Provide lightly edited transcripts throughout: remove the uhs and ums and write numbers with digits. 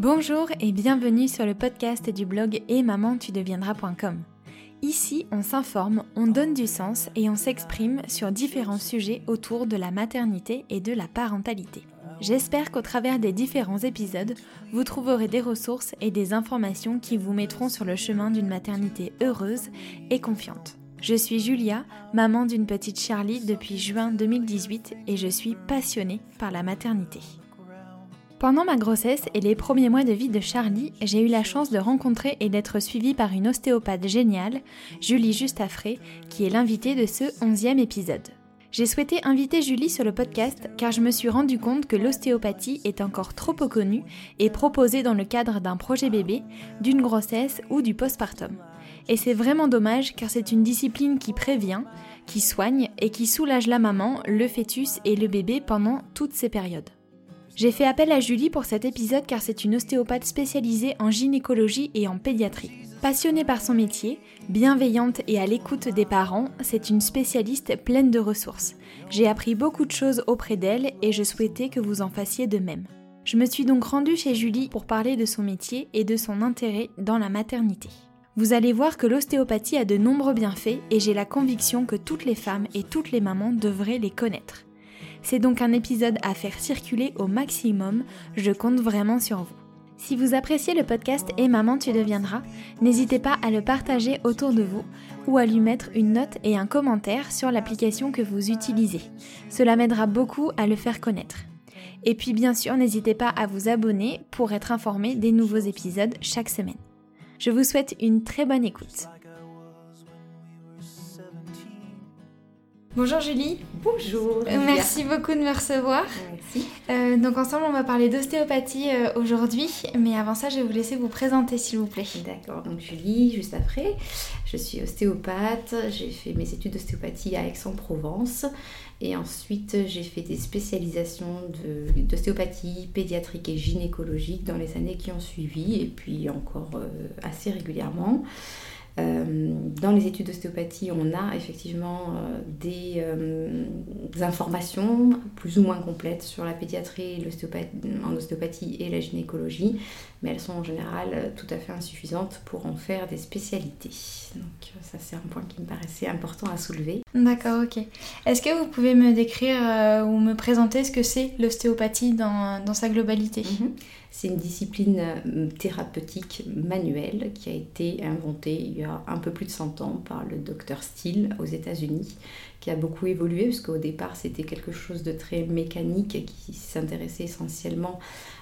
Bonjour et bienvenue sur le podcast du blog etmamantudeviendras.com. Ici, on s'informe, on donne du sens et on s'exprime sur différents sujets autour de la maternité et de la parentalité. J'espère qu'au travers des différents épisodes, vous trouverez des ressources et des informations qui vous mettront sur le chemin d'une maternité heureuse et confiante. Je suis Julia, maman d'une petite Charlie depuis juin 2018 et je suis passionnée par la maternité. Pendant ma grossesse et les premiers mois de vie de Charlie, j'ai eu la chance de rencontrer et d'être suivie par une ostéopathe géniale, Julie Justafré, qui est l'invitée de ce 11e épisode. J'ai souhaité inviter Julie sur le podcast car je me suis rendu compte que l'ostéopathie est encore trop peu connue et proposée dans le cadre d'un projet bébé, d'une grossesse ou du postpartum. Et c'est vraiment dommage car c'est une discipline qui prévient, qui soigne et qui soulage la maman, le fœtus et le bébé pendant toutes ces périodes. J'ai fait appel à Julie pour cet épisode car c'est une ostéopathe spécialisée en gynécologie et en pédiatrie. Passionnée par son métier, bienveillante et à l'écoute des parents, c'est une spécialiste pleine de ressources. J'ai appris beaucoup de choses auprès d'elle et je souhaitais que vous en fassiez de même. Je me suis donc rendue chez Julie pour parler de son métier et de son intérêt dans la maternité. Vous allez voir que l'ostéopathie a de nombreux bienfaits et j'ai la conviction que toutes les femmes et toutes les mamans devraient les connaître. C'est donc un épisode à faire circuler au maximum, je compte vraiment sur vous. Si vous appréciez le podcast Et Maman tu deviendras, n'hésitez pas à le partager autour de vous ou à lui mettre une note et un commentaire sur l'application que vous utilisez. Cela m'aidera beaucoup à le faire connaître. Et puis bien sûr, n'hésitez pas à vous abonner pour être informé des nouveaux épisodes chaque semaine. Je vous souhaite une très bonne écoute. Bonjour Julie. Bonjour. Merci beaucoup de me recevoir. Merci. Donc ensemble on va parler d'ostéopathie aujourd'hui, mais avant ça je vais vous laisser vous présenter s'il vous plaît. D'accord, donc Julie, juste après, je suis ostéopathe, j'ai fait mes études d'ostéopathie à Aix-en-Provence et ensuite j'ai fait des spécialisations d'ostéopathie pédiatrique et gynécologique dans les années qui ont suivi et puis encore assez régulièrement. Dans les études d'ostéopathie, on a effectivement des informations plus ou moins complètes sur la pédiatrie, en ostéopathie et la gynécologie, mais elles sont en général tout à fait insuffisantes pour en faire des spécialités. Donc ça c'est un point qui me paraissait important à soulever. D'accord, ok. Est-ce que vous pouvez me décrire ou me présenter ce que c'est l'ostéopathie dans sa globalité ? C'est une discipline thérapeutique manuelle qui a été inventée il y a un peu plus de 100 ans par le docteur Steele aux États-Unis, qui a beaucoup évolué parce qu'au départ c'était quelque chose de très mécanique qui s'intéressait essentiellement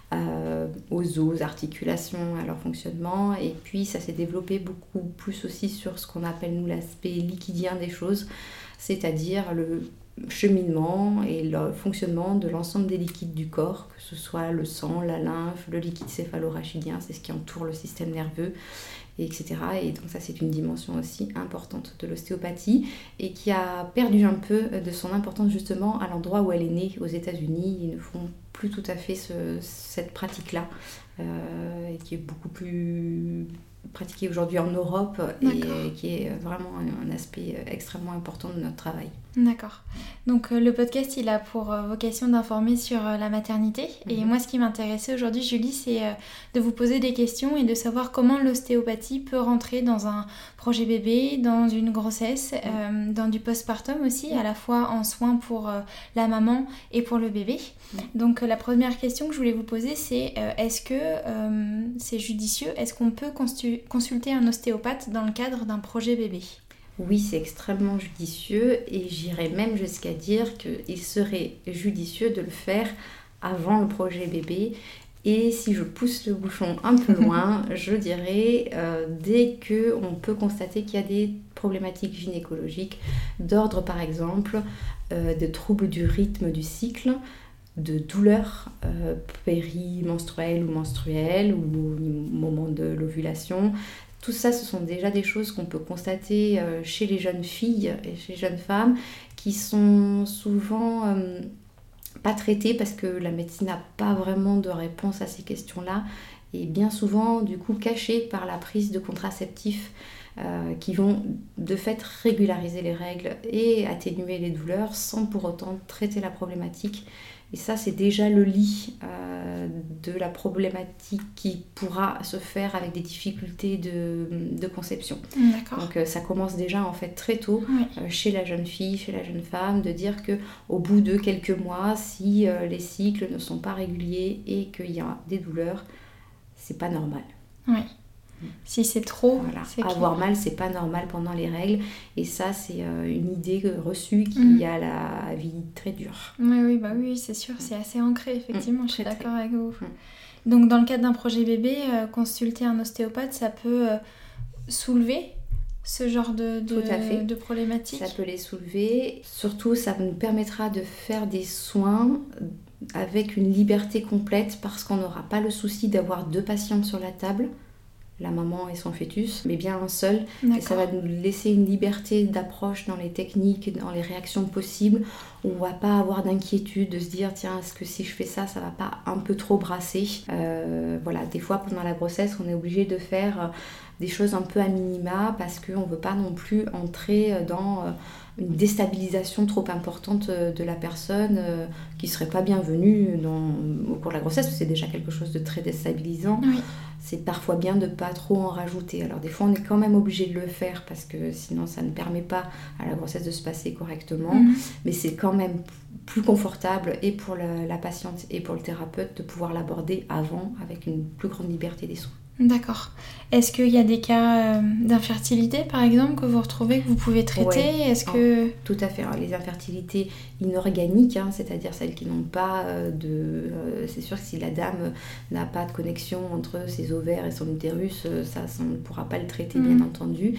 aux os, aux articulations, à leur fonctionnement, et puis ça s'est développé beaucoup plus aussi sur ce qu'on appelle nous l'aspect liquidien des choses, c'est-à-dire le cheminement et le fonctionnement de l'ensemble des liquides du corps, que ce soit le sang, la lymphe, le liquide céphalorachidien, c'est ce qui entoure le système nerveux, etc. Et donc ça c'est une dimension aussi importante de l'ostéopathie et qui a perdu un peu de son importance justement à l'endroit où elle est née aux États-Unis. Ils ne font plus tout à fait cette pratique-là et qui est beaucoup plus pratiquée aujourd'hui en Europe et qui est vraiment un aspect extrêmement important de notre travail. D'accord. Donc le podcast il a pour vocation d'informer sur la maternité et moi ce qui m'intéressait aujourd'hui Julie c'est de vous poser des questions et de savoir comment l'ostéopathie peut rentrer dans un projet bébé, dans une grossesse, dans du postpartum aussi, à la fois en soins pour la maman et pour le bébé. Donc la première question que je voulais vous poser c'est est-ce que c'est judicieux, est-ce qu'on peut consulter un ostéopathe dans le cadre d'un projet bébé ? Oui, c'est extrêmement judicieux et j'irais même jusqu'à dire qu'il serait judicieux de le faire avant le projet bébé. Et si je pousse le bouchon un peu loin, je dirais dès qu'on peut constater qu'il y a des problématiques gynécologiques d'ordre par exemple de troubles du rythme du cycle, de douleurs périmenstruelles ou menstruelles ou au moment de l'ovulation. Tout ça, ce sont déjà des choses qu'on peut constater chez les jeunes filles et chez les jeunes femmes qui sont souvent pas traitées parce que la médecine n'a pas vraiment de réponse à ces questions-là et bien souvent du coup cachées par la prise de contraceptifs qui vont de fait régulariser les règles et atténuer les douleurs sans pour autant traiter la problématique. Et ça, c'est déjà le lit de la problématique qui pourra se faire avec des difficultés de conception. D'accord. Donc ça commence déjà en fait très tôt Oui. chez la jeune fille, chez la jeune femme, de dire qu'au bout de quelques mois, si les cycles ne sont pas réguliers et qu'il y a des douleurs, c'est pas normal. Oui. Si c'est trop, Voilà. c'est Avoir mal, c'est pas normal pendant les règles. Et ça, c'est une idée reçue qui a la vie très dure. Oui, c'est sûr, c'est assez ancré, effectivement, je suis très, d'accord avec vous. Donc, dans le cadre d'un projet bébé, consulter un ostéopathe, ça peut soulever ce genre de problématiques. Ça peut les soulever. Surtout, ça nous permettra de faire des soins avec une liberté complète parce qu'on n'aura pas le souci d'avoir 2 patients sur la table, la maman et son fœtus, mais bien un seul. D'accord. Et ça va nous laisser une liberté d'approche dans les techniques, dans les réactions possibles, où on va pas avoir d'inquiétude de se dire tiens, est-ce que si je fais ça, ça va pas un peu trop brasser. Voilà, des fois pendant la grossesse, on est obligé de faire des choses un peu à minima parce qu'on ne veut pas non plus entrer dans une déstabilisation trop importante de la personne qui ne serait pas bienvenue au cours de la grossesse, parce que c'est déjà quelque chose de très déstabilisant. Oui. C'est parfois bien de ne pas trop en rajouter. Alors des fois on est quand même obligé de le faire parce que sinon ça ne permet pas à la grossesse de se passer correctement, mais c'est quand même plus confortable et pour la patiente et pour le thérapeute de pouvoir l'aborder avant avec une plus grande liberté des soins. D'accord. Est-ce qu'il y a des cas d'infertilité, par exemple, que vous retrouvez, que vous pouvez traiter? Oui. Est-ce que... Tout à fait. Alors, les infertilités inorganiques, c'est-à-dire celles qui n'ont pas c'est sûr que si la dame n'a pas de connexion entre ses ovaires et son utérus, ça on ne pourra pas le traiter, bien entendu.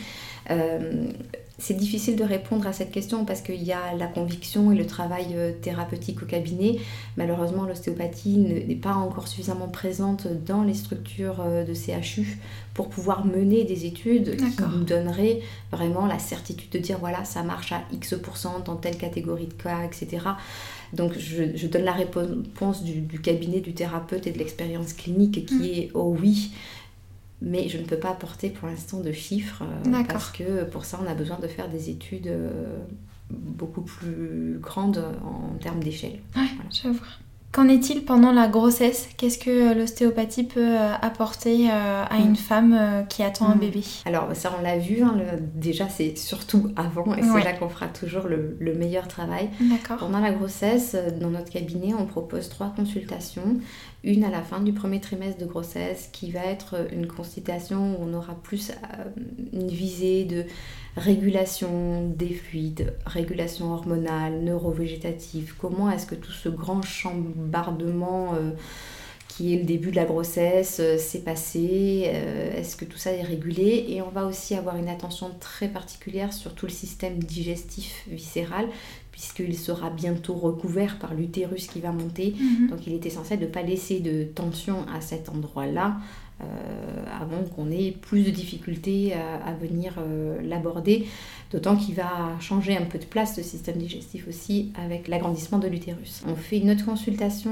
C'est difficile de répondre à cette question parce qu'il y a la conviction et le travail thérapeutique au cabinet. Malheureusement, l'ostéopathie n'est pas encore suffisamment présente dans les structures de CHU pour pouvoir mener des études qui nous donneraient vraiment la certitude de dire voilà, ça marche à X% dans telle catégorie de cas, etc. Donc je donne la réponse du cabinet, du thérapeute et de l'expérience clinique qui est oh oui. Mais je ne peux pas apporter pour l'instant de chiffres parce que pour ça on a besoin de faire des études beaucoup plus grandes en termes d'échelle. Ouais, voilà. Je vois. Qu'en est-il pendant la grossesse? Qu'est-ce que l'ostéopathie peut apporter à une femme qui attend un bébé? Alors ça on l'a vu, déjà c'est surtout avant et c'est là qu'on fera toujours le meilleur travail. D'accord. Pendant la grossesse, dans notre cabinet, on propose 3 consultations. Une à la fin du premier trimestre de grossesse qui va être une consultation où on aura plus une visée de régulation des fluides, régulation hormonale, neurovégétative. Comment est-ce que tout ce grand chambardement qui est le début de la grossesse s'est passé, est-ce que tout ça est régulé? Et on va aussi avoir une attention très particulière sur tout le système digestif viscéral, puisqu'il sera bientôt recouvert par l'utérus qui va monter. Donc il est essentiel de ne pas laisser de tension à cet endroit-là avant qu'on ait plus de difficultés à venir l'aborder. D'autant qu'il va changer un peu de place, le système digestif aussi, avec l'agrandissement de l'utérus. On fait une autre consultation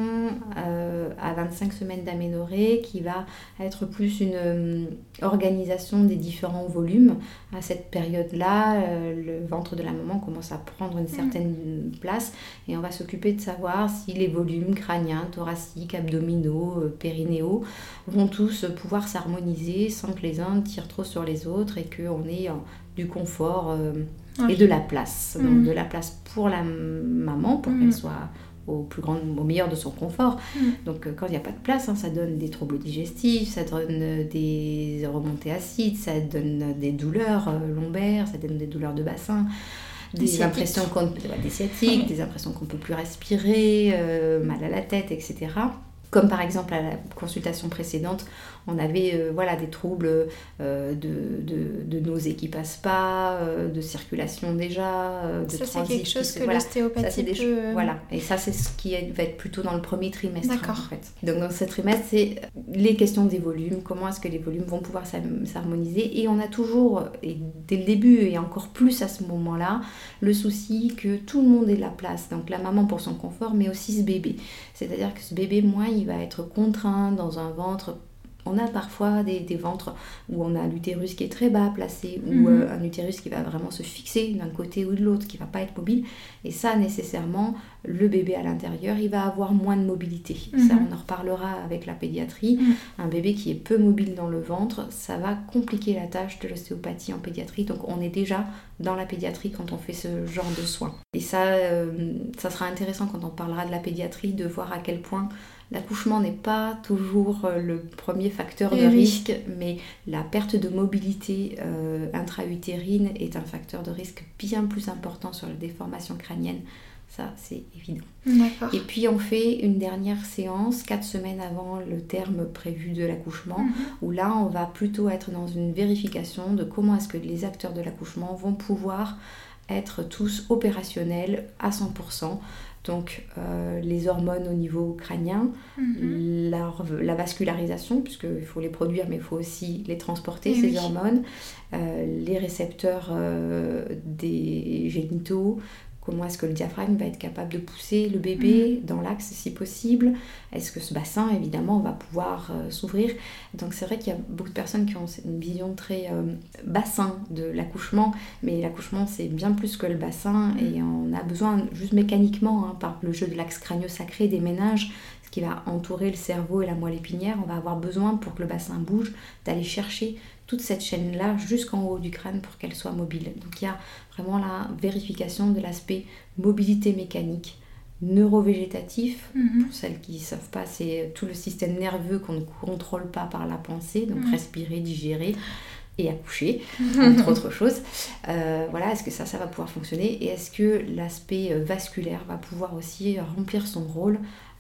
à 25 semaines d'aménorrhée qui va être plus une organisation des différents volumes. À cette période-là, le ventre de la maman commence à prendre une certaine place et on va s'occuper de savoir si les volumes crâniens, thoraciques, abdominaux, périnéaux vont tous pouvoir s'harmoniser sans que les uns tirent trop sur les autres et qu'on ait du confort et de la place. Donc de la place pour la maman, pour qu'elle soit au meilleur de son confort. Donc quand il n'y a pas de place, ça donne des troubles digestifs, ça donne des remontées acides, ça donne des douleurs lombaires, ça donne des douleurs de bassin. Des impressions des sciatiques, des impressions qu'on ne peut plus respirer, mal à la tête, etc. Comme par exemple à la consultation précédente, on avait des troubles de nausées qui passent pas, de circulation déjà, de ça, transit. C'est quelque chose que l'ostéopathie peut... Voilà, et ça c'est ce qui va être plutôt dans le premier trimestre. D'accord. En fait. Donc dans ce trimestre, c'est les questions des volumes, comment est-ce que les volumes vont pouvoir s'harmoniser. Et on a toujours, et dès le début et encore plus à ce moment-là, le souci que tout le monde ait la place. Donc la maman pour son confort, mais aussi ce bébé. C'est-à-dire que ce bébé, il va être contraint dans un ventre On a parfois des ventres où on a l'utérus qui est très bas placé, ou un utérus qui va vraiment se fixer d'un côté ou de l'autre, qui ne va pas être mobile. Et ça, nécessairement, le bébé à l'intérieur, il va avoir moins de mobilité. Ça, on en reparlera avec la pédiatrie. Un bébé qui est peu mobile dans le ventre, ça va compliquer la tâche de l'ostéopathie en pédiatrie. Donc on est déjà dans la pédiatrie quand on fait ce genre de soins. Et ça sera intéressant quand on parlera de la pédiatrie, de voir à quel point l'accouchement n'est pas toujours le premier facteur de risque, mais la perte de mobilité intra-utérine est un facteur de risque bien plus important sur la déformation crânienne. Ça, c'est évident. D'accord. Et puis, on fait une dernière séance 4 semaines avant le terme prévu de l'accouchement, où là, on va plutôt être dans une vérification de comment est-ce que les acteurs de l'accouchement vont pouvoir être tous opérationnels à 100%. Donc les hormones au niveau crânien, la vascularisation, puisqu'il faut les produire mais il faut aussi les transporter, ces hormones, les récepteurs des génitaux, comment est-ce que le diaphragme va être capable de pousser le bébé dans l'axe si possible, est-ce que ce bassin évidemment va pouvoir s'ouvrir. Donc c'est vrai qu'il y a beaucoup de personnes qui ont une vision très bassin de l'accouchement, mais l'accouchement c'est bien plus que le bassin et on a besoin juste mécaniquement, par le jeu de l'axe crânio-sacré des méninges, ce qui va entourer le cerveau et la moelle épinière, on va avoir besoin pour que le bassin bouge d'aller chercher toute cette chaîne-là jusqu'en haut du crâne pour qu'elle soit mobile. Donc il y a vraiment la vérification de l'aspect mobilité mécanique, neurovégétatif. Pour celles qui ne savent pas, c'est tout le système nerveux qu'on ne contrôle pas par la pensée, donc respirer, digérer et accoucher, entre autres choses. Voilà, est-ce que ça va pouvoir fonctionner et est-ce que l'aspect vasculaire va pouvoir aussi remplir son rôle.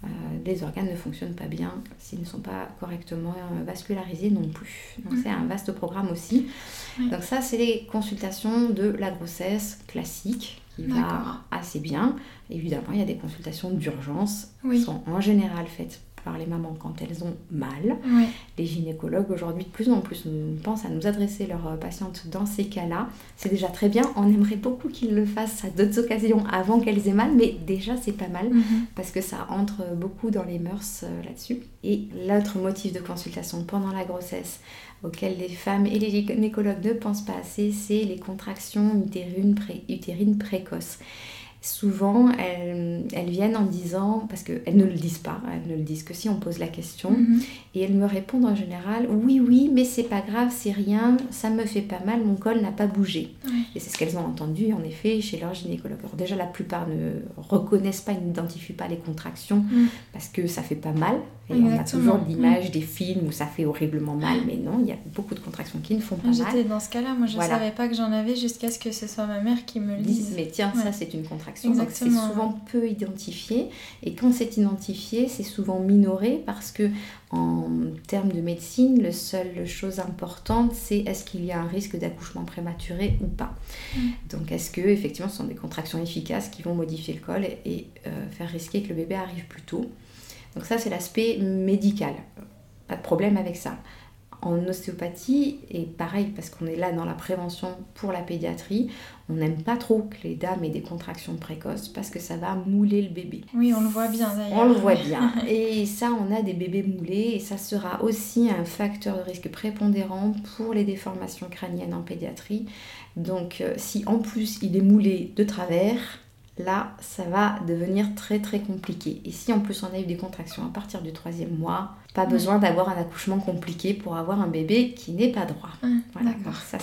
Les organes ne fonctionnent pas bien s'ils ne sont pas correctement vascularisés non plus. Donc c'est un vaste programme aussi. Donc ça, c'est les consultations de la grossesse classique qui va assez bien. Évidemment, il y a des consultations d'urgence qui sont en général faites par les mamans quand elles ont mal. Les gynécologues aujourd'hui de plus en plus pensent à nous adresser leurs patientes dans ces cas-là. C'est déjà très bien, on aimerait beaucoup qu'ils le fassent à d'autres occasions avant qu'elles aient mal, mais déjà c'est pas mal parce que ça entre beaucoup dans les mœurs là-dessus. Et l'autre motif de consultation pendant la grossesse auquel les femmes et les gynécologues ne pensent pas assez, c'est les contractions utérines précoces. Souvent, elles viennent en disant, parce qu'elles ne le disent pas, elles ne le disent que si on pose la question, et elles me répondent en général, oui, mais c'est pas grave, c'est rien, ça me fait pas mal, mon col n'a pas bougé. Et c'est ce qu'elles ont entendu, en effet, chez leur gynécologue. Alors déjà, la plupart ne reconnaissent pas, n'identifient pas les contractions, parce que ça fait pas mal, et on a toujours l'image des films où ça fait horriblement mal, mais non, il y a beaucoup de contractions qui ne font pas mal. J'étais dans ce cas-là, moi je savais pas que j'en avais jusqu'à ce que ce soit ma mère qui me le dise. Mais tiens, ça c'est une contraction. Donc c'est souvent peu identifié et quand c'est identifié c'est souvent minoré parce que en termes de médecine la seule chose importante c'est est-ce qu'il y a un risque d'accouchement prématuré ou pas. Donc est-ce que effectivement ce sont des contractions efficaces qui vont modifier le col et faire risquer que le bébé arrive plus tôt. Donc ça c'est l'aspect médical, pas de problème avec ça. En ostéopathie, et pareil parce qu'on est là dans la prévention pour la pédiatrie, on n'aime pas trop que les dames aient des contractions précoces parce que ça va mouler le bébé. Oui, on le voit bien d'ailleurs. On le voit bien. Et ça, on a des bébés moulés et ça sera aussi un facteur de risque prépondérant pour les déformations crâniennes en pédiatrie. Donc si en plus il est moulé de travers, là, ça va devenir très très compliqué. Et si en plus on a eu des contractions à partir du 3e mois, pas besoin d'avoir un accouchement compliqué pour avoir un bébé qui n'est pas droit. Voilà. Donc ça,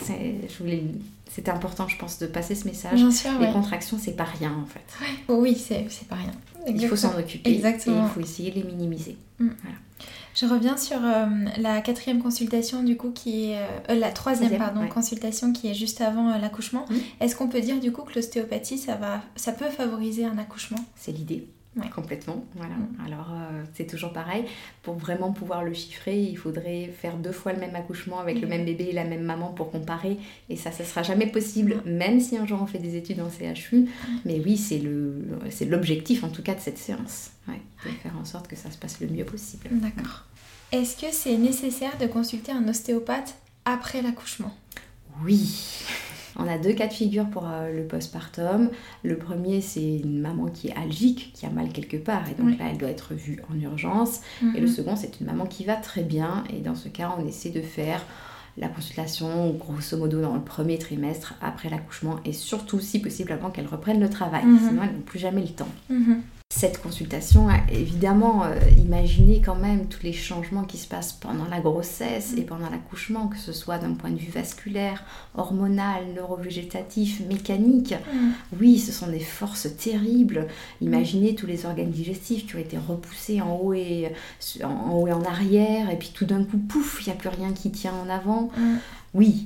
c'était important, je pense, de passer ce message. Bien sûr, les contractions, c'est pas rien en fait. Oui, c'est pas rien. Il faut s'en occuper. Exactement. Et il faut essayer de les minimiser. Voilà. Je reviens sur la 4e consultation du coup qui est la 3e consultation qui est juste avant l'accouchement. Est-ce qu'on peut dire du coup que l'ostéopathie ça peut favoriser un accouchement ? C'est l'idée. Complètement, voilà. Alors c'est toujours pareil, pour vraiment pouvoir le chiffrer, il faudrait faire 2 fois le même accouchement avec le même bébé et la même maman pour comparer, et ça sera jamais possible, même si un jour on fait des études en CHU, mais oui, c'est l'objectif en tout cas de cette séance, de faire en sorte que ça se passe le mieux possible. D'accord. Est-ce que c'est nécessaire de consulter un ostéopathe après l'accouchement ? Oui. On a 2 cas de figure pour le postpartum. Le premier, c'est une maman qui est algique, qui a mal quelque part, et donc là, elle doit être vue en urgence. Et le second, c'est une maman qui va très bien, et dans ce cas, on essaie de faire la consultation, grosso modo, dans le premier trimestre, après l'accouchement, et surtout, si possible, avant qu'elle reprenne le travail. Sinon, elles n'ont plus jamais le temps. Cette consultation a évidemment imaginé quand même tous les changements qui se passent pendant la grossesse et pendant l'accouchement, que ce soit d'un point de vue vasculaire, hormonal, neurovégétatif, mécanique. Oui, ce sont des forces terribles. Imaginez tous les organes digestifs qui ont été repoussés en haut et en arrière, et puis tout d'un coup, pouf, il n'y a plus rien qui tient en avant. Oui,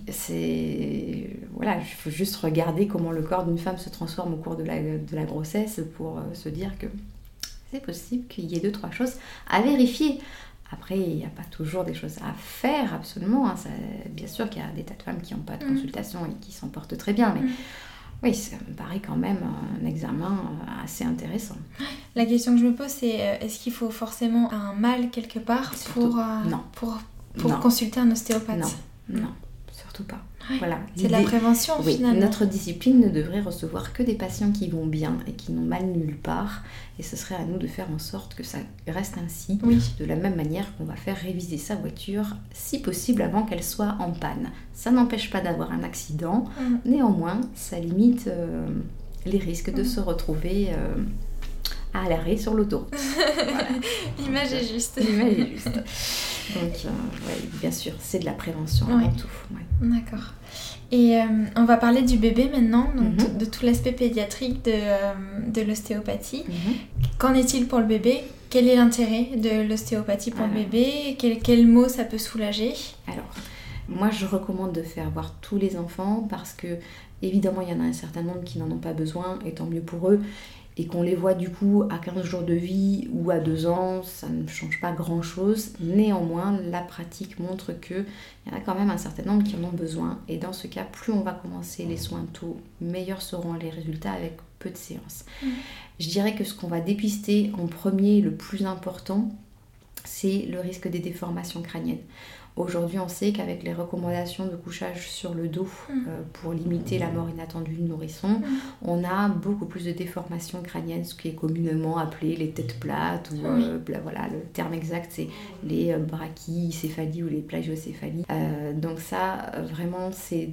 voilà, il faut juste regarder comment le corps d'une femme se transforme au cours de la grossesse pour se dire que c'est possible qu'il y ait 2-3 choses à vérifier. Après, il n'y a pas toujours des choses à faire, absolument. Bien sûr qu'il y a des tas de femmes qui n'ont pas de consultation et qui s'en portent très bien, mais oui, ça me paraît quand même un examen assez intéressant. La question que je me pose, c'est est-ce qu'il faut forcément un mal quelque part pour consulter un ostéopathe ? Non. Surtout pas. Voilà. C'est de la prévention, finalement. Notre discipline ne devrait recevoir que des patients qui vont bien et qui n'ont mal nulle part. Et ce serait à nous de faire en sorte que ça reste ainsi. De la même manière qu'on va faire réviser sa voiture, si possible, avant qu'elle soit en panne. Ça n'empêche pas d'avoir un accident. Néanmoins, ça limite les risques de se retrouver à l'arrêt sur l'autoroute. Voilà. L'image est juste. Donc, bien sûr, c'est de la prévention avant tout. D'accord. Et on va parler du bébé maintenant, donc de tout l'aspect pédiatrique de l'ostéopathie. Qu'en est-il pour le bébé ? Quel est l'intérêt de l'ostéopathie pour le bébé ? Quels maux ça peut soulager ? Alors, moi, je recommande de faire voir tous les enfants parce que, évidemment, il y en a un certain nombre qui n'en ont pas besoin, et tant mieux pour eux. Et qu'on les voit du coup à 15 jours de vie ou à 2 ans, ça ne change pas grand-chose. Néanmoins, la pratique montre qu'il y en a quand même un certain nombre qui en ont besoin. Et dans ce cas, plus on va commencer les soins tôt, meilleurs seront les résultats avec peu de séances. Je dirais que ce qu'on va dépister en premier, le plus important, c'est le risque des déformations crâniennes. Aujourd'hui, on sait qu'avec les recommandations de couchage sur le dos pour limiter la mort inattendue du nourrisson, on a beaucoup plus de déformations crâniennes, ce qui est communément appelé les têtes plates, ou voilà, le terme exact, c'est les brachycéphalies ou les plagiocéphalies. Donc ça, vraiment, c'est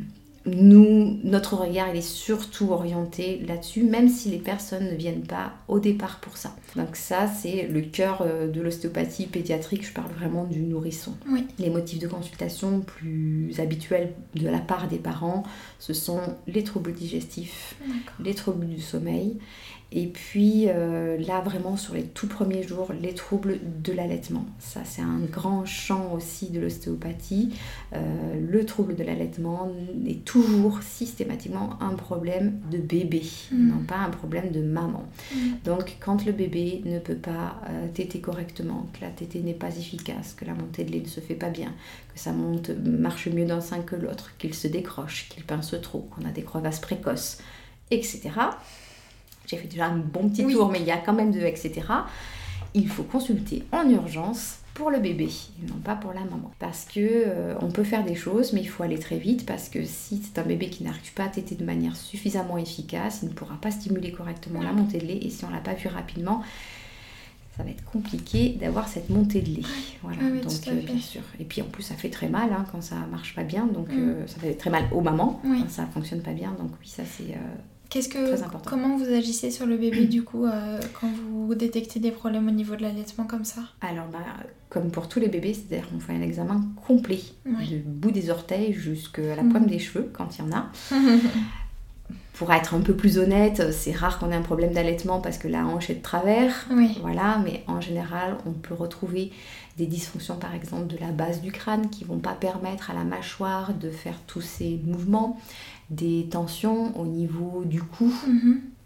notre regard, il est surtout orienté là-dessus, même si les personnes ne viennent pas au départ pour ça. Donc ça, c'est le cœur de l'ostéopathie pédiatrique, je parle vraiment du nourrisson. Les motifs de consultation plus habituels de la part des parents, ce sont les troubles digestifs, les troubles du sommeil, et puis là, vraiment, sur les tout premiers jours, les troubles de l'allaitement. Ça, c'est un grand champ aussi de l'ostéopathie. Le trouble de l'allaitement est toujours systématiquement un problème de bébé, non pas un problème de maman. Donc, quand le bébé ne peut pas téter correctement, que la tétée n'est pas efficace, que la montée de lait ne se fait pas bien, que sa monte marche mieux d'un sein que l'autre, qu'il se décroche, qu'il pince trop, qu'on a des crevasses précoces, etc., j'ai fait déjà un bon petit tour, mais il y a quand même de etc. Il faut consulter en urgence pour le bébé, et non pas pour la maman. Parce que on peut faire des choses, mais il faut aller très vite, parce que si c'est un bébé qui n'arrive pas à téter de manière suffisamment efficace, il ne pourra pas stimuler correctement la montée de lait, et si on ne l'a pas vu rapidement, ça va être compliqué d'avoir cette montée de lait. Voilà. Donc bien sûr. Et puis en plus, ça fait très mal quand ça ne marche pas bien, donc ça fait très mal aux mamans quand ça ne fonctionne pas bien, donc oui, ça c'est... très important. Comment vous agissez sur le bébé du coup quand vous détectez des problèmes au niveau de l'allaitement comme ça ? Alors comme pour tous les bébés, c'est-à-dire qu'on fait un examen complet du bout des orteils jusqu'à la pointe des cheveux quand il y en a. Pour être un peu plus honnête, c'est rare qu'on ait un problème d'allaitement parce que la hanche est de travers, voilà, mais en général, on peut retrouver des dysfonctions par exemple de la base du crâne qui ne vont pas permettre à la mâchoire de faire tous ces mouvements, des tensions au niveau du cou,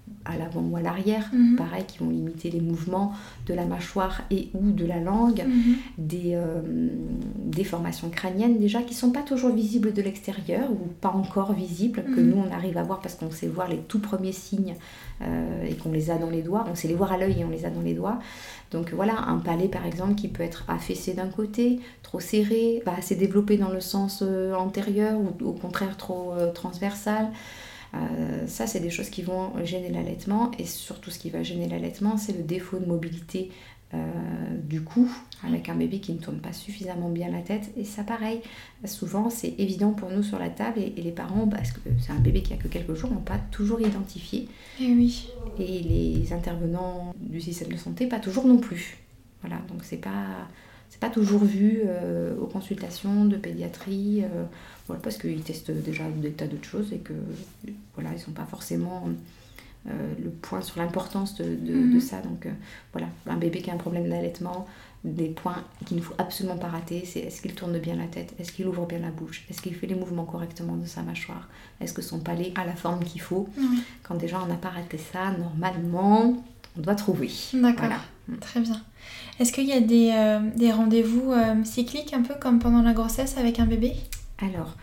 à l'avant ou à l'arrière, Mhm. pareil, qui vont limiter les mouvements de la mâchoire et ou de la langue, des déformations crâniennes déjà qui ne sont pas toujours visibles de l'extérieur ou pas encore visibles, que nous on arrive à voir parce qu'on sait voir les tout premiers signes et qu'on les a dans les doigts, on sait les voir à l'œil et on les a dans les doigts. Donc voilà, un palais par exemple qui peut être affaissé d'un côté, trop serré, pas assez développé dans le sens antérieur ou au contraire trop transversal. Ça, c'est des choses qui vont gêner l'allaitement, et surtout ce qui va gêner l'allaitement, c'est le défaut de mobilité du cou, avec un bébé qui ne tourne pas suffisamment bien la tête. Et ça, pareil, souvent c'est évident pour nous sur la table, et les parents, parce que c'est un bébé qui a que quelques jours, n'ont pas toujours identifié. Et oui. Et les intervenants du système de santé, pas toujours non plus. Voilà, donc c'est pas toujours vu aux consultations de pédiatrie, voilà, parce qu'ils testent déjà des tas d'autres choses et que voilà, ils sont pas forcément le point sur l'importance de ça. Donc voilà, un bébé qui a un problème d'allaitement, des points qu'il ne faut absolument pas rater, c'est est-ce qu'il tourne bien la tête, est-ce qu'il ouvre bien la bouche, est-ce qu'il fait les mouvements correctement de sa mâchoire, est-ce que son palais a la forme qu'il faut. Quand déjà on n'a pas raté ça, normalement on doit trouver. D'accord, voilà. Très bien. Est-ce qu'il y a des rendez-vous cycliques, un peu comme pendant la grossesse avec un bébé ? Alors,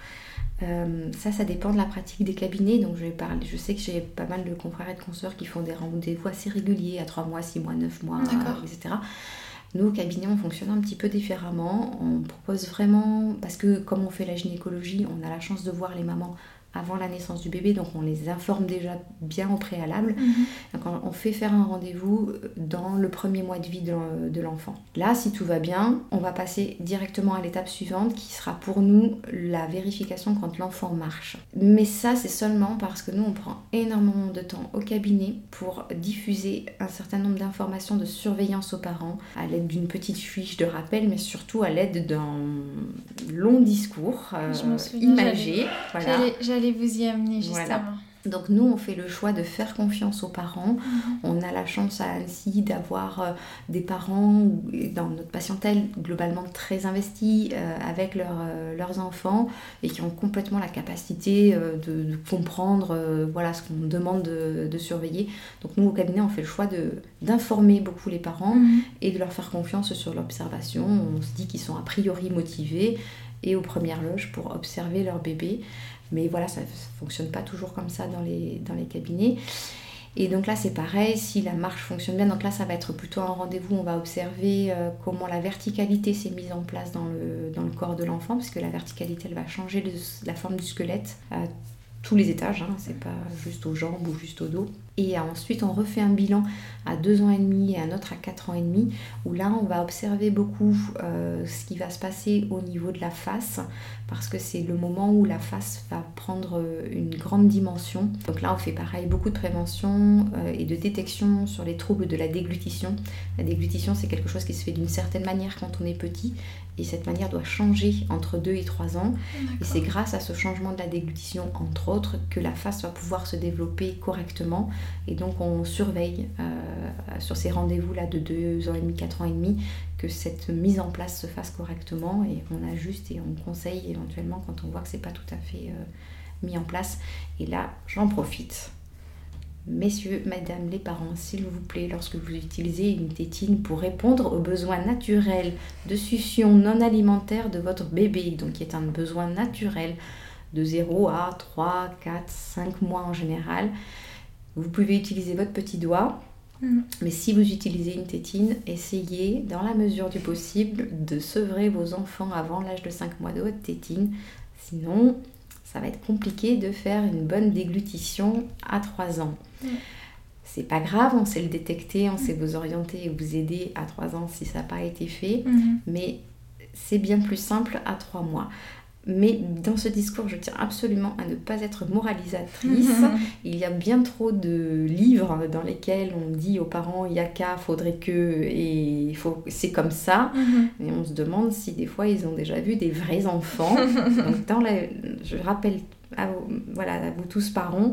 ça dépend de la pratique des cabinets. Donc je sais que j'ai pas mal de confrères et de consoeurs qui font des rendez-vous assez réguliers, à 3 mois, 6 mois, 9 mois, etc. Nous, au cabinet, on fonctionne un petit peu différemment. On propose vraiment, parce que comme on fait la gynécologie, on a la chance de voir les mamans avant la naissance du bébé, donc on les informe déjà bien au préalable. Donc on fait faire un rendez-vous dans le premier mois de vie de l'enfant. Là, si tout va bien, on va passer directement à l'étape suivante qui sera pour nous la vérification quand l'enfant marche. Mais ça, c'est seulement parce que nous, on prend énormément de temps au cabinet pour diffuser un certain nombre d'informations de surveillance aux parents à l'aide d'une petite fiche de rappel, mais surtout à l'aide d'un long discours imagé. Voilà. J'allais vous y amener justement. Voilà. Donc nous, on fait le choix de faire confiance aux parents. On a la chance à Annecy d'avoir des parents dans notre patientèle globalement très investis avec leurs enfants et qui ont complètement la capacité de comprendre voilà, ce qu'on demande de surveiller. Donc nous, au cabinet, on fait le choix d'informer beaucoup les parents et de leur faire confiance sur l'observation. On se dit qu'ils sont a priori motivés et aux premières loges pour observer leur bébé. Mais voilà, ça ne fonctionne pas toujours comme ça dans les cabinets. Et donc là, c'est pareil, si la marche fonctionne bien, donc là, ça va être plutôt un rendez-vous, on va observer comment la verticalité s'est mise en place dans le corps de l'enfant, parce que la verticalité, elle va changer la forme du squelette à tous les étages, hein, c'est pas juste aux jambes ou juste au dos. Et ensuite, on refait un bilan à 2 ans et demi et un autre à 4 ans et demi, où là, on va observer beaucoup ce qui va se passer au niveau de la face, parce que c'est le moment où la face va prendre une grande dimension. Donc là, on fait pareil, beaucoup de prévention et de détection sur les troubles de la déglutition. La déglutition, c'est quelque chose qui se fait d'une certaine manière quand on est petit, et cette manière doit changer entre 2 et 3 ans. Et c'est grâce à ce changement de la déglutition, entre autres, que la face va pouvoir se développer correctement. Et donc on surveille sur ces rendez-vous-là de 2 ans et demi, 4 ans et demi, que cette mise en place se fasse correctement, et on ajuste et on conseille éventuellement quand on voit que c'est pas tout à fait mis en place. Et là, j'en profite. Messieurs, mesdames les parents, s'il vous plaît, lorsque vous utilisez une tétine pour répondre aux besoins naturels de succion non alimentaire de votre bébé, donc qui est un besoin naturel de 0 à 3, 4, 5 mois en général, vous pouvez utiliser votre petit doigt. Mais si vous utilisez une tétine, essayez dans la mesure du possible de sevrer vos enfants avant l'âge de 5 mois de votre tétine. Sinon, ça va être compliqué de faire une bonne déglutition à 3 ans. C'est pas grave, on sait le détecter, on sait vous orienter et vous aider à 3 ans si ça n'a pas été fait. Mais c'est bien plus simple à 3 mois. Mais dans ce discours, je tiens absolument à ne pas être moralisatrice. Il y a bien trop de livres dans lesquels on dit aux parents « il y a qu'à, faudrait que » et c'est comme ça. Et on se demande si des fois ils ont déjà vu des vrais enfants. Donc je rappelle à vous tous parents,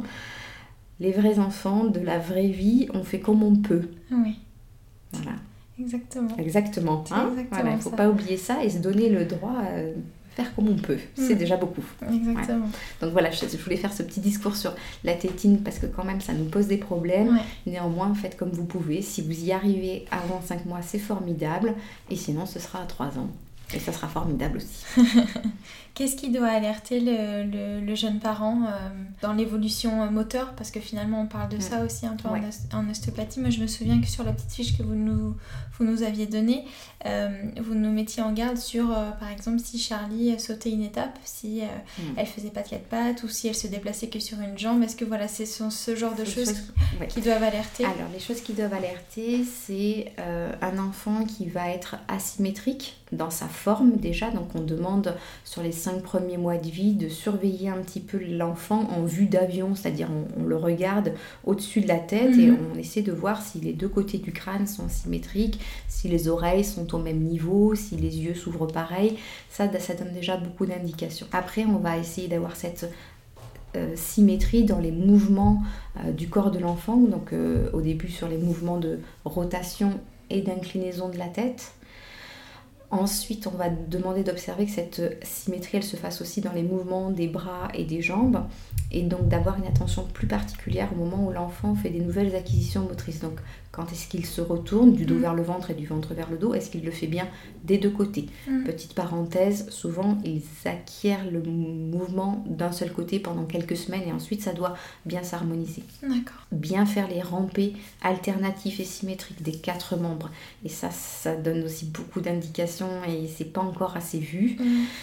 les vrais enfants de la vraie vie, on fait comme on peut. Oui. Voilà. Exactement. Exactement. Hein, voilà, il ne faut pas oublier ça et se donner le droit faire comme on peut, c'est déjà beaucoup. Exactement. Donc voilà, je voulais faire ce petit discours sur la tétine parce que quand même ça nous pose des problèmes. Néanmoins, faites comme vous pouvez. Si vous y arrivez avant 5 mois, c'est formidable. Et sinon, ce sera à 3 ans. Et ça sera formidable aussi. Qu'est-ce qui doit alerter le jeune parent dans l'évolution moteur? Parce que finalement, on parle de ça aussi un peu en ostéopathie. Moi, je me souviens que sur la petite fiche que vous nous aviez donnée, vous nous mettiez en garde sur, par exemple, si Charlie sautait une étape, si elle faisait pas de 4 pattes ou si elle se déplaçait que sur une jambe. Est-ce que voilà, c'est ce genre de choses qui doivent alerter? Alors, les choses qui doivent alerter, c'est un enfant qui va être asymétrique dans sa forme déjà. Donc, on demande sur les 5 premiers mois de vie de surveiller un petit peu l'enfant en vue d'avion, c'est-à-dire on le regarde au-dessus de la tête et on essaie de voir si les 2 côtés du crâne sont symétriques, si les oreilles sont au même niveau, si les yeux s'ouvrent pareil. Ça donne déjà beaucoup d'indications. Après, on va essayer d'avoir cette symétrie dans les mouvements du corps de l'enfant, donc au début sur les mouvements de rotation et d'inclinaison de la tête. Ensuite, on va demander d'observer que cette symétrie, elle se fasse aussi dans les mouvements des bras et des jambes, et donc d'avoir une attention plus particulière au moment où l'enfant fait des nouvelles acquisitions motrices. Donc, quand est-ce qu'il se retourne du dos vers le ventre et du ventre vers le dos? Est-ce qu'il le fait bien des 2 côtés? Petite parenthèse, souvent ils acquièrent le mouvement d'un seul côté pendant quelques semaines et ensuite ça doit bien s'harmoniser. D'accord. Bien faire les rampés alternatifs et symétriques des 4 membres. Et ça donne aussi beaucoup d'indications et c'est pas encore assez vu.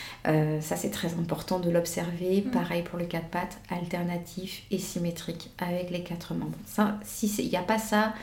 Ça c'est très important de l'observer. Pareil pour le 4 pattes, alternatif et symétrique avec les 4 membres. Ça, si il n'y a pas ça,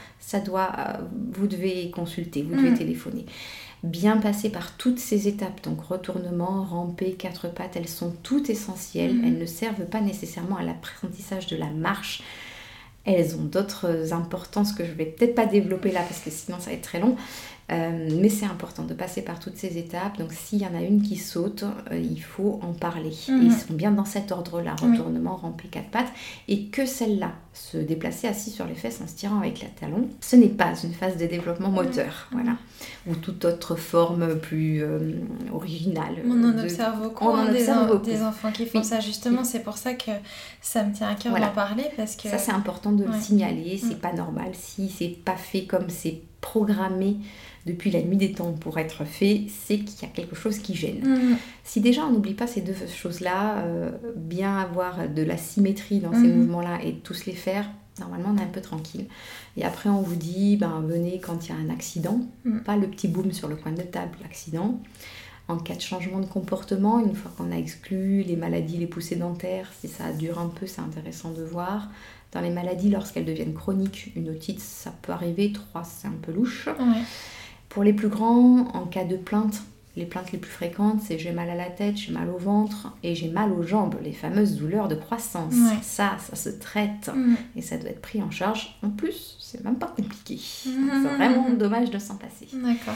vous devez consulter, vous devez téléphoner. Bien passer par toutes ces étapes, donc retournement, rampé, 4 pattes, elles sont toutes essentielles. Elles ne servent pas nécessairement à l'apprentissage de la marche. Elles ont d'autres importances que je ne vais peut-être pas développer là parce que sinon ça va être très long. Mais c'est important de passer par toutes ces étapes. Donc s'il y en a une qui saute, il faut en parler. Et ils sont bien dans cet ordre-là, retournement, rampé, 4 pattes. Et que celle-là, se déplacer assis sur les fesses en se tirant avec la talon, ce n'est pas une phase de développement moteur. Voilà. Ou toute autre forme plus originale. On en observe beaucoup, des enfants qui font ça. Justement, c'est pour ça que ça me tient à cœur d'en parler. Parce que... Ça, c'est important de le signaler. C'est pas normal. Si c'est pas fait comme c'est programmé depuis la nuit des temps pour être fait, c'est qu'il y a quelque chose qui gêne. Si déjà on n'oublie pas ces 2 choses-là, bien avoir de la symétrie dans ces mouvements-là et tous les faire, normalement on est un peu tranquille. Et après on vous dit, venez quand il y a un accident, pas le petit boom sur le coin de table, l'accident. En cas de changement de comportement, une fois qu'on a exclu les maladies, les poussées dentaires, si ça dure un peu, c'est intéressant de voir. Dans les maladies, lorsqu'elles deviennent chroniques, une otite, ça peut arriver, 3, c'est un peu louche. Pour les plus grands, en cas de plainte, les plaintes les plus fréquentes, c'est j'ai mal à la tête, j'ai mal au ventre et j'ai mal aux jambes, les fameuses douleurs de croissance. Ça se traite et ça doit être pris en charge. En plus, c'est même pas compliqué. C'est vraiment dommage de s'en passer. D'accord.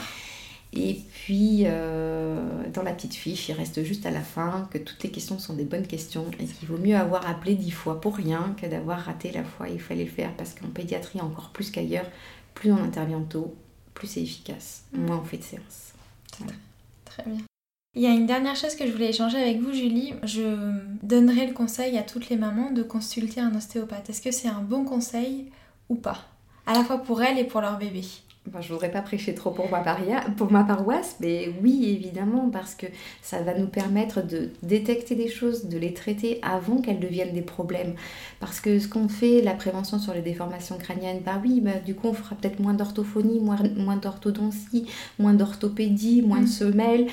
Et puis, dans la petite fiche, il reste juste à la fin que toutes les questions sont des bonnes questions et qu'il vaut mieux avoir appelé 10 fois pour rien que d'avoir raté la fois. Il fallait le faire parce qu'en pédiatrie, encore plus qu'ailleurs, plus on intervient tôt, plus c'est efficace, moins on fait de séances. Voilà. Très bien. Il y a une dernière chose que je voulais échanger avec vous, Julie. Je donnerai le conseil à toutes les mamans de consulter un ostéopathe. Est-ce que c'est un bon conseil ou pas? À la fois pour elles et pour leur bébé. Je ne voudrais pas prêcher trop pour ma paroisse, mais oui, évidemment, parce que ça va nous permettre de détecter des choses, de les traiter avant qu'elles deviennent des problèmes. Parce que ce qu'on fait, la prévention sur les déformations crâniennes, du coup, on fera peut-être moins d'orthophonie, moins d'orthodontie, moins d'orthopédie, moins de semelles.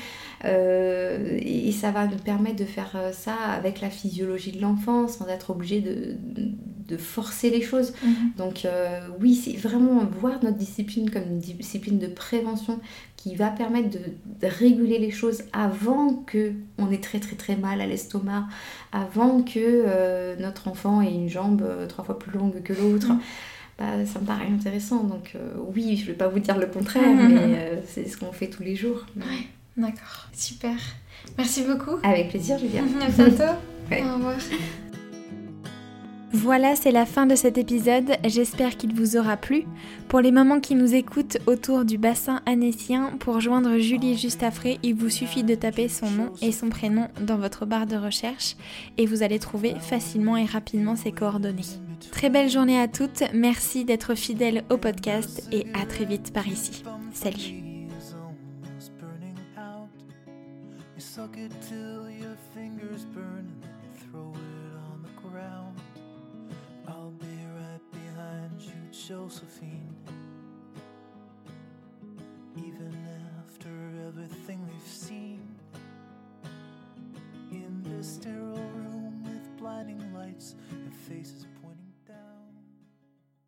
Et ça va nous permettre de faire ça avec la physiologie de l'enfant, sans être obligé de forcer les choses. Donc oui, c'est vraiment voir notre discipline comme une discipline de prévention qui va permettre de réguler les choses avant qu'on ait très très très mal à l'estomac, avant que notre enfant ait une jambe 3 fois plus longue que l'autre. Ça me paraît intéressant. Donc oui, je ne vais pas vous dire le contraire, mais c'est ce qu'on fait tous les jours. Ouais, d'accord, super. Merci beaucoup. Avec plaisir, Julia. À bientôt. Ouais. Au revoir. Voilà, c'est la fin de cet épisode, j'espère qu'il vous aura plu. Pour les mamans qui nous écoutent autour du bassin annécien, pour joindre Julie Justafré, il vous suffit de taper son nom et son prénom dans votre barre de recherche et vous allez trouver facilement et rapidement ses coordonnées. Très belle journée à toutes, merci d'être fidèles au podcast et à très vite par ici. Salut! Suck it till your fingers burn and then you throw it on the ground. I'll be right behind you, Josephine. Even after everything we've seen in this sterile room with blinding lights and faces